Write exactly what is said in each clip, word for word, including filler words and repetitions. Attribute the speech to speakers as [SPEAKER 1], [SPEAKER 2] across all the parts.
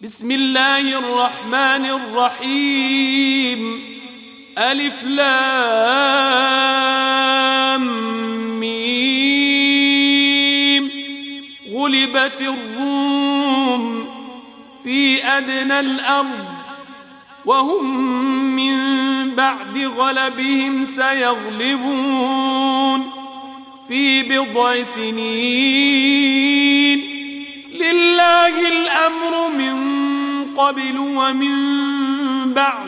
[SPEAKER 1] بسم الله الرحمن الرحيم. ألف لام ميم. غلبت الروم في أدنى الأرض وهم من بعد غلبهم سيغلبون في بضع سنين. لله الأمر من قبل ومن بعد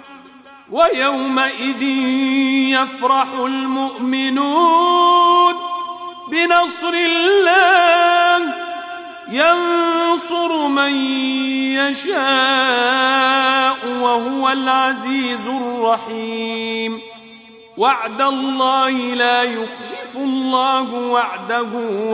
[SPEAKER 1] ويومئذ يفرح المؤمنون بنصر الله ينصر من يشاء وهو العزيز الرحيم. وعد الله لا يخلف الله وعده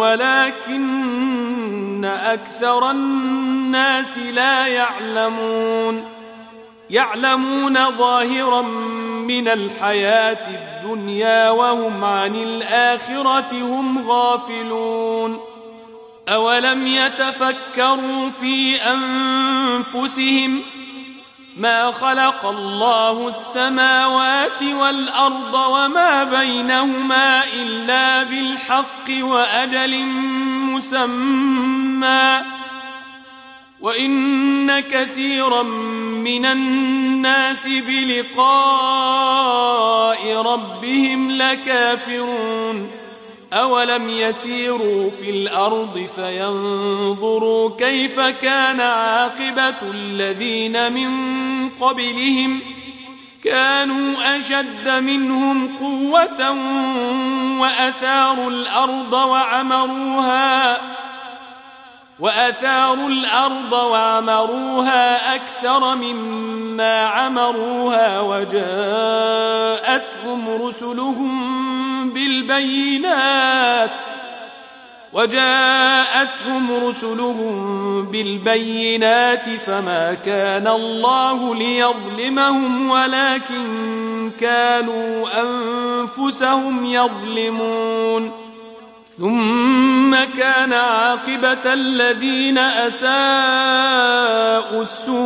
[SPEAKER 1] ولكن أكثر الناس لا يعلمون. يعلمون ظاهرا من الحياة الدنيا وهم عن الآخرة هم غافلون. أولم يتفكروا في أنفسهم ما خلق الله السماوات والأرض وما بينهما إلا بالحق وأجل مسمى وإن كثيرا من الناس بلقاء ربهم لكافرون. أولم يسيروا في الأرض فينظروا كيف كان عاقبة الذين من قبلهم كانوا أشد منهم قوة وأثاروا الأرض وعمروها وأثاروا الأرض وعمروها أكثر مما عمروها وجاءتهم رسلهم بالبينات وجاءتهم رسلهم بالبينات فما كان الله ليظلمهم ولكن كانوا أنفسهم يظلمون. ثم كان عاقبة الذين أساءوا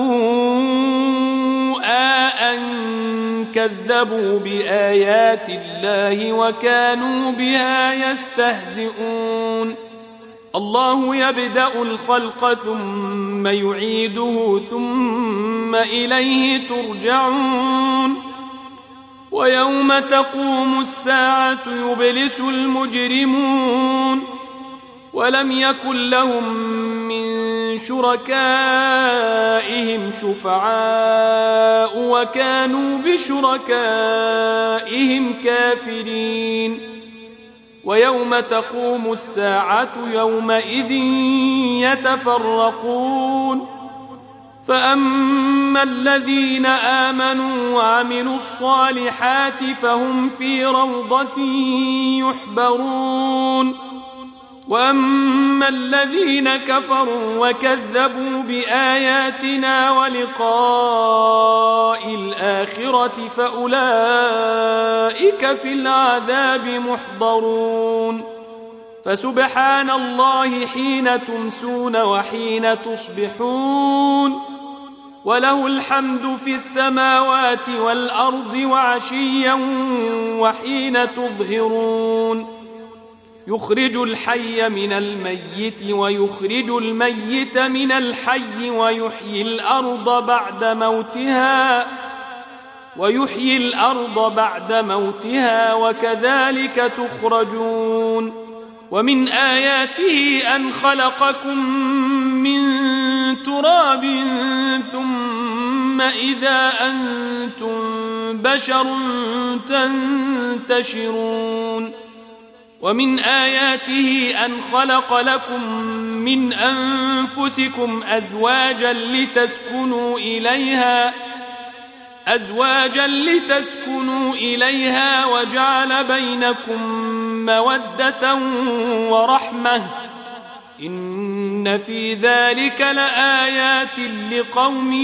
[SPEAKER 1] السوء أن كذبوا بآيات الله وكانوا بها يستهزئون. الله يبدأ الخلق ثم يعيده ثم إليه ترجعون. ويوم تقوم الساعة يبلس المجرمون ولم يكن لهم من شركائهم شفعاء وكانوا بشركائهم كافرين. ويوم تقوم الساعة يومئذ يتفرقون فأما الذين آمنوا وعملوا الصالحات فهم في روضة يحبرون وأما الذين كفروا وكذبوا بآياتنا ولقاء الآخرة فأولئك في العذاب محضرون. فسبحان الله حين تمسون وحين تصبحون وله الحمد في السماوات والأرض وعشيا وحين تظهرون. يخرج الحي من الميت ويخرج الميت من الحي ويحيي الأرض بعد موتها ويحيي الأرض بعد موتها وكذلك تخرجون. ومن آياته أن خلقكم من تراب ثم إذا أنتم بشر تنتشرون. ومن آياته أن خلق لكم من أنفسكم أزواجا لتسكنوا إليها أزواجا لتسكنوا إليها وجعل بينكم مودة ورحمة إن في ذلك لآيات لقوم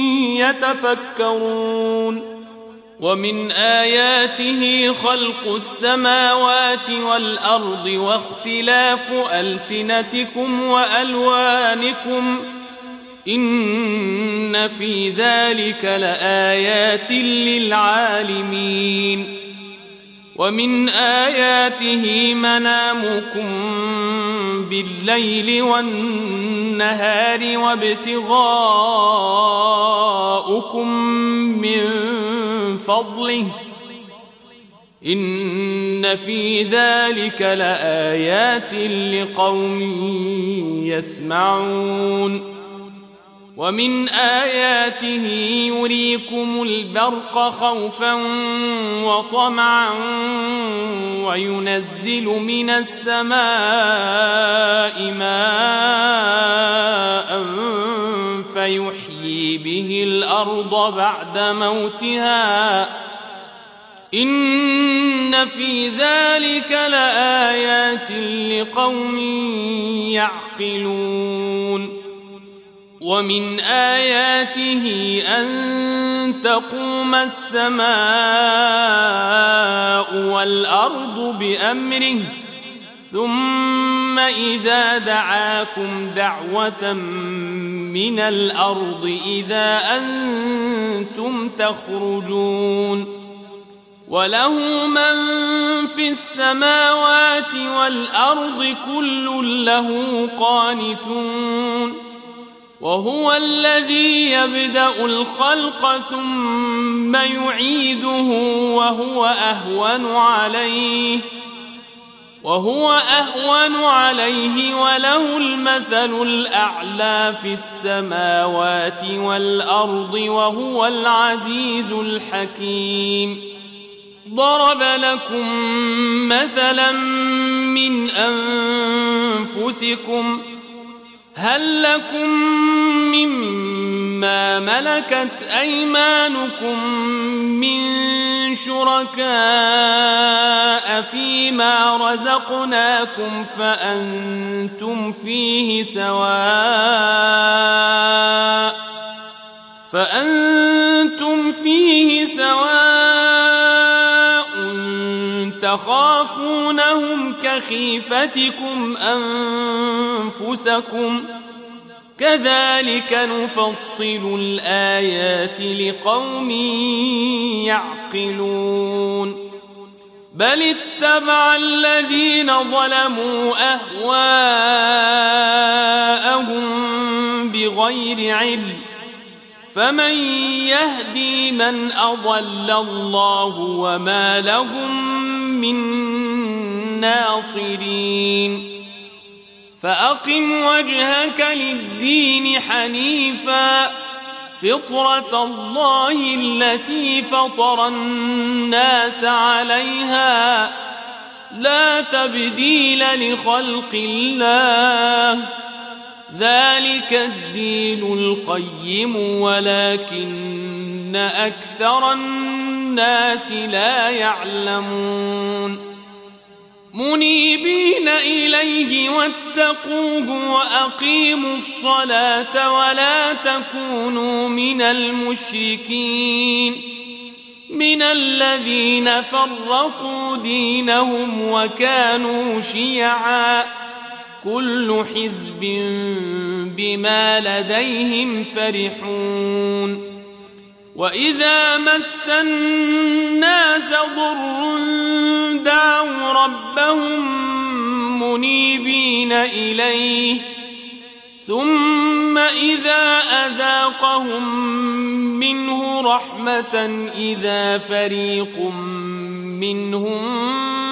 [SPEAKER 1] يتفكرون. ومن آياته خلق السماوات والأرض واختلاف ألسنتكم وألوانكم إن في ذلك لآيات للعالمين ومن آياته منامكم بالليل والنهار وابتغاؤكم من فضله إن في ذلك لآيات لقوم يسمعون ومن آياته يريكم البرق خوفا وطمعا وينزل من السماء ماء فيحيي به الأرض بعد موتها إن في ذلك لآيات لقوم يعقلون ومن آياته أن تقوم السماء والأرض بأمره ثم إذا دعاكم دعوة من الأرض إذا أنتم تخرجون وله من في السماوات والأرض كل له قانتون وهو الذي يبدأ الخلق ثم يعيده وهو أهون عليه وهو أهون عليه وله المثل الأعلى في السماوات والأرض وهو العزيز الحكيم ضرب لكم مثلا من أنفسكم هل لكم مما ملكت أيمانكم من شركاء فيما رزقناكم فأنتم فيه سواء فأنتم فيه سواء تخافونهم كخيفتكم أنفسكم كذلك نفصل الآيات لقوم يعقلون بل اتبع الذين ظلموا أهواءهم بغير علم فمن يهدي من أضل الله وما لهم من ناصرين فأقم وجهك للدين حنيفا فطرة الله التي فطر الناس عليها لا تبديل لخلق الله ذلك الدين القيم ولكن أكثر الناس لا يعلمون منيبين إليه واتقوه وأقيموا الصلاة ولا تكونوا من المشركين من الذين فرقوا دينهم وكانوا شيعا كل حزب بما لديهم فرحون وإذا مس الناس ضر دعوا ربهم منيبين إليه ثم إذا أذاقهم منه رحمة إذا فريق منهم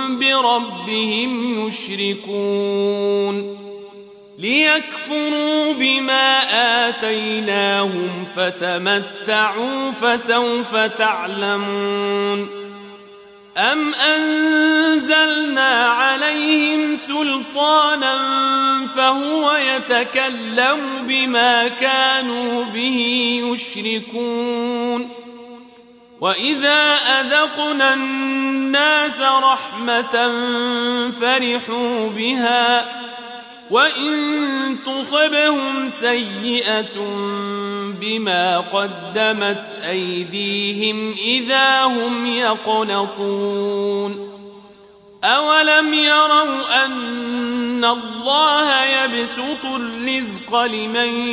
[SPEAKER 1] بربهم يشركون ليكفروا بما آتيناهم فتمتعوا فسوف تعلمون أم أنزلنا عليهم سلطانا فهو يتكلم بما كانوا به يشركون وإذا أذقنا الناس رحمة فرحوا بها وإن تصبهم سيئة بما قدمت أيديهم إذا هم يقنطون أولم يروا أن الله يبسط الرزق لمن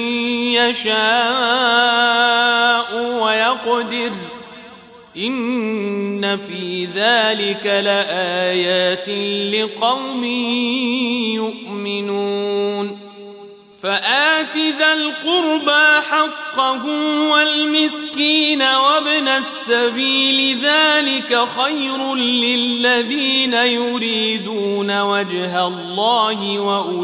[SPEAKER 1] يشاء ويقدر إن في ذلك لآيات لقوم يؤمنون فآت ذا القربى حقه والمسكين وابن السبيل ذلك خير للذين يريدون وجه الله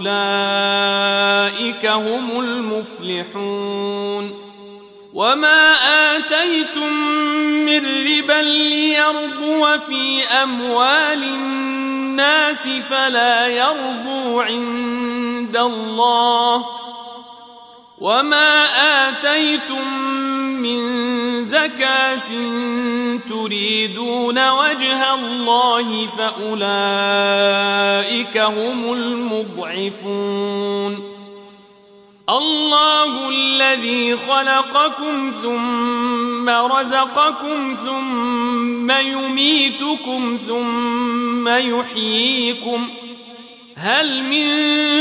[SPEAKER 1] وأولئك هم المفلحون وما آتيتم من ربا ليربو في أموال الناس فلا يربو عند الله وما آتيتم من زكاة تريدون وجه الله فأولئك هم المضعفون الله الذي خلقكم ثم رزقكم ثم يميتكم ثم يحييكم هل من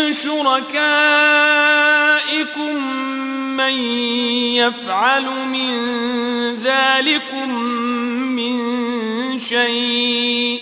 [SPEAKER 1] شركائكم من يفعل من ذلكم من شيء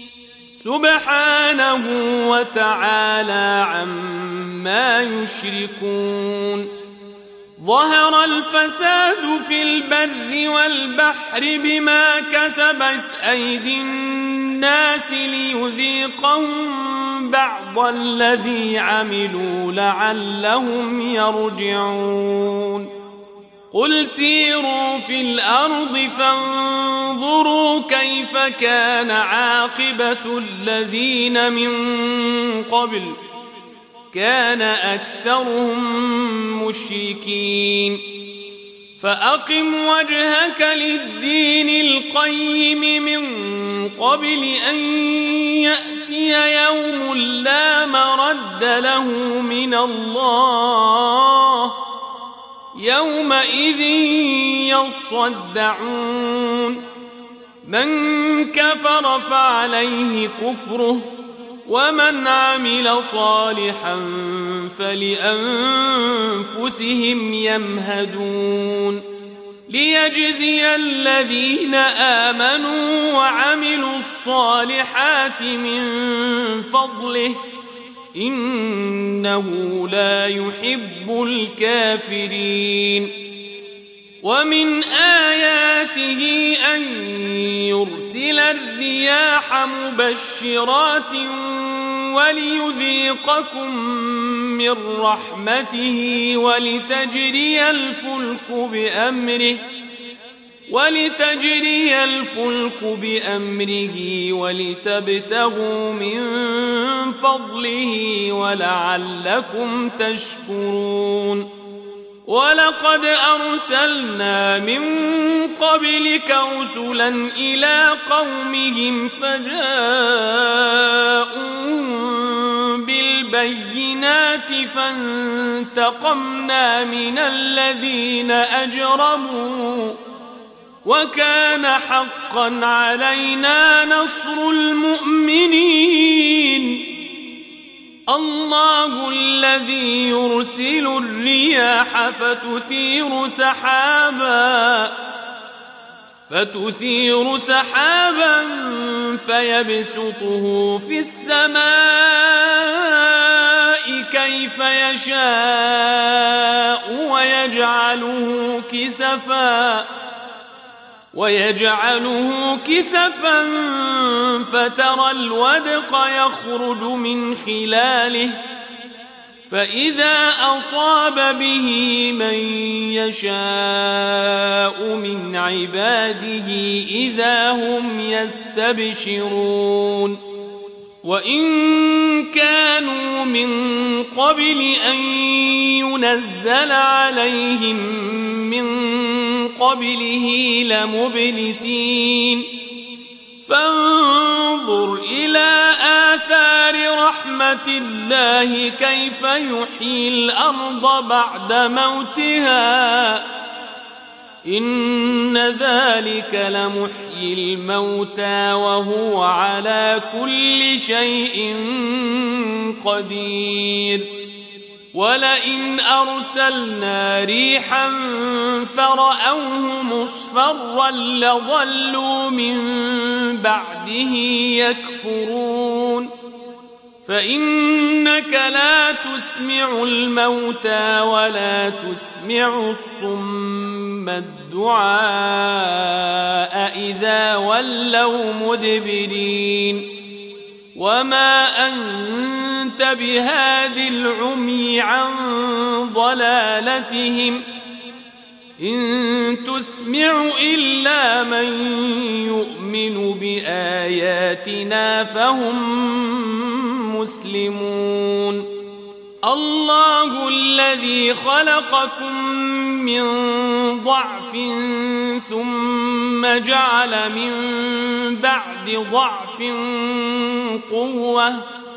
[SPEAKER 1] سبحانه وتعالى عما يشركون ظهر الفساد في البر والبحر بما كسبت أيدي الناس ليذيقهم بعض الذي عملوا لعلهم يرجعون قل سيروا في الأرض فانظروا كيف كان عاقبة الذين من قبل كان أكثرهم مشركين فأقم وجهك للدين القيم من قبل أن يأتي يوم لا مرد له من الله يومئذ يصدعون من كفر فعليه كفره ومن عمل صالحا فلأنفسهم يمهدون ليجزي الذين آمنوا وعملوا الصالحات من فضله إنه لا يحب الكافرين ومن آياته أن يرسل الرياح مبشرات وليذيقكم من رحمته ولتجري الفلك بأمره ولتجري الفلك بأمره ولتبتغوا من فضله ولعلكم تشكرون ولقد أرسلنا من قبلك رسلا إلى قومهم فجاءوا بالبينات فانتقمنا من الذين أجرموا وكان حقا علينا نصر المؤمنين الله الذي يرسل الرياح فتثير سحابا فتثير سحابا فيبسطه في السماء كيف يشاء ويجعله كسفا ويجعله كسفا فترى الودق يخرج من خلاله فإذا أصاب به من يشاء من عباده إذا هم يستبشرون وإن كانوا من قبل أن ينزل عليهم من قبله لمبلسين فانظر إلى آثار رحمة الله كيف يحيي الأرض بعد موتها إن ذلك لمحيي يحيي الموتى وهو على كل شيء قدير ولئن أرسلنا ريحا فرأوه مصفرا لظلوا من بعده يكفرون فإنك لا تسمع الموتى ولا تسمع الصم الدعاء إذا ولوا مدبرين وما أنت بهاد العمي عن ضلالتهم إن تسمع إلا من يؤمن بآياتنا فهم مسلمون الله الذي خلقكم من ضعف ثم جعل من بعد ضعف قوة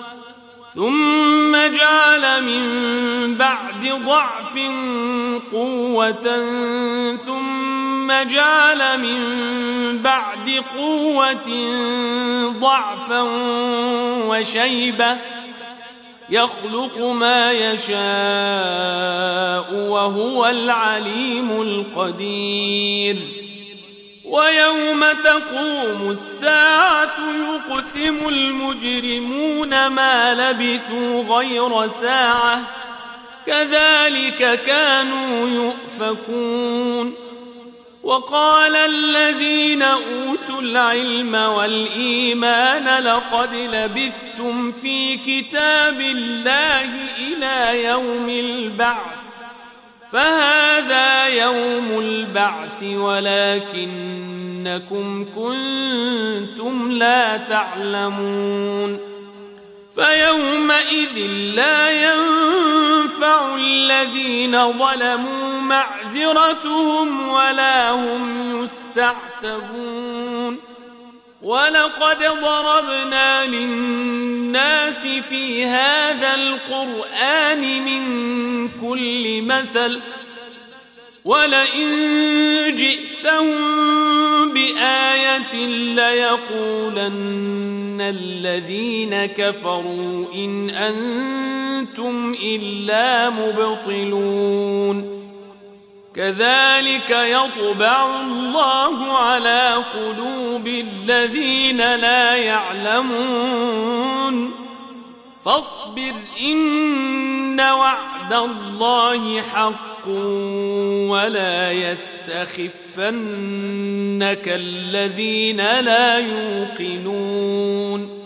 [SPEAKER 1] ثم جعل من بعد ضعف قوة ثم جعل من بعد قوة ضعفا وشيبة يخلق ما يشاء وهو العليم القدير ويوم تقوم الساعة يقسم المجرمون ما لبثوا غير ساعة كذلك كانوا يؤفكون وقال الذين أوتوا العلم والإيمان لقد لبثتم في كتاب الله إلى يوم البعث فهذا يوم البعث ولكنكم كنتم لا تعلمون فيومئذ لا ينفع الذين ظلموا معذرتهم ولا هم يستعتبون ولقد ضربنا للناس في هذا القرآن من كل مثل ولئن جئتهم بآية ليقولن الذين كفروا إن أنتم إلا مبطلون كذلك يطبع الله على قلوب الذين لا يعلمون فاصبر إن وعد الله حق ولا يستخفنك الذين لا يوقنون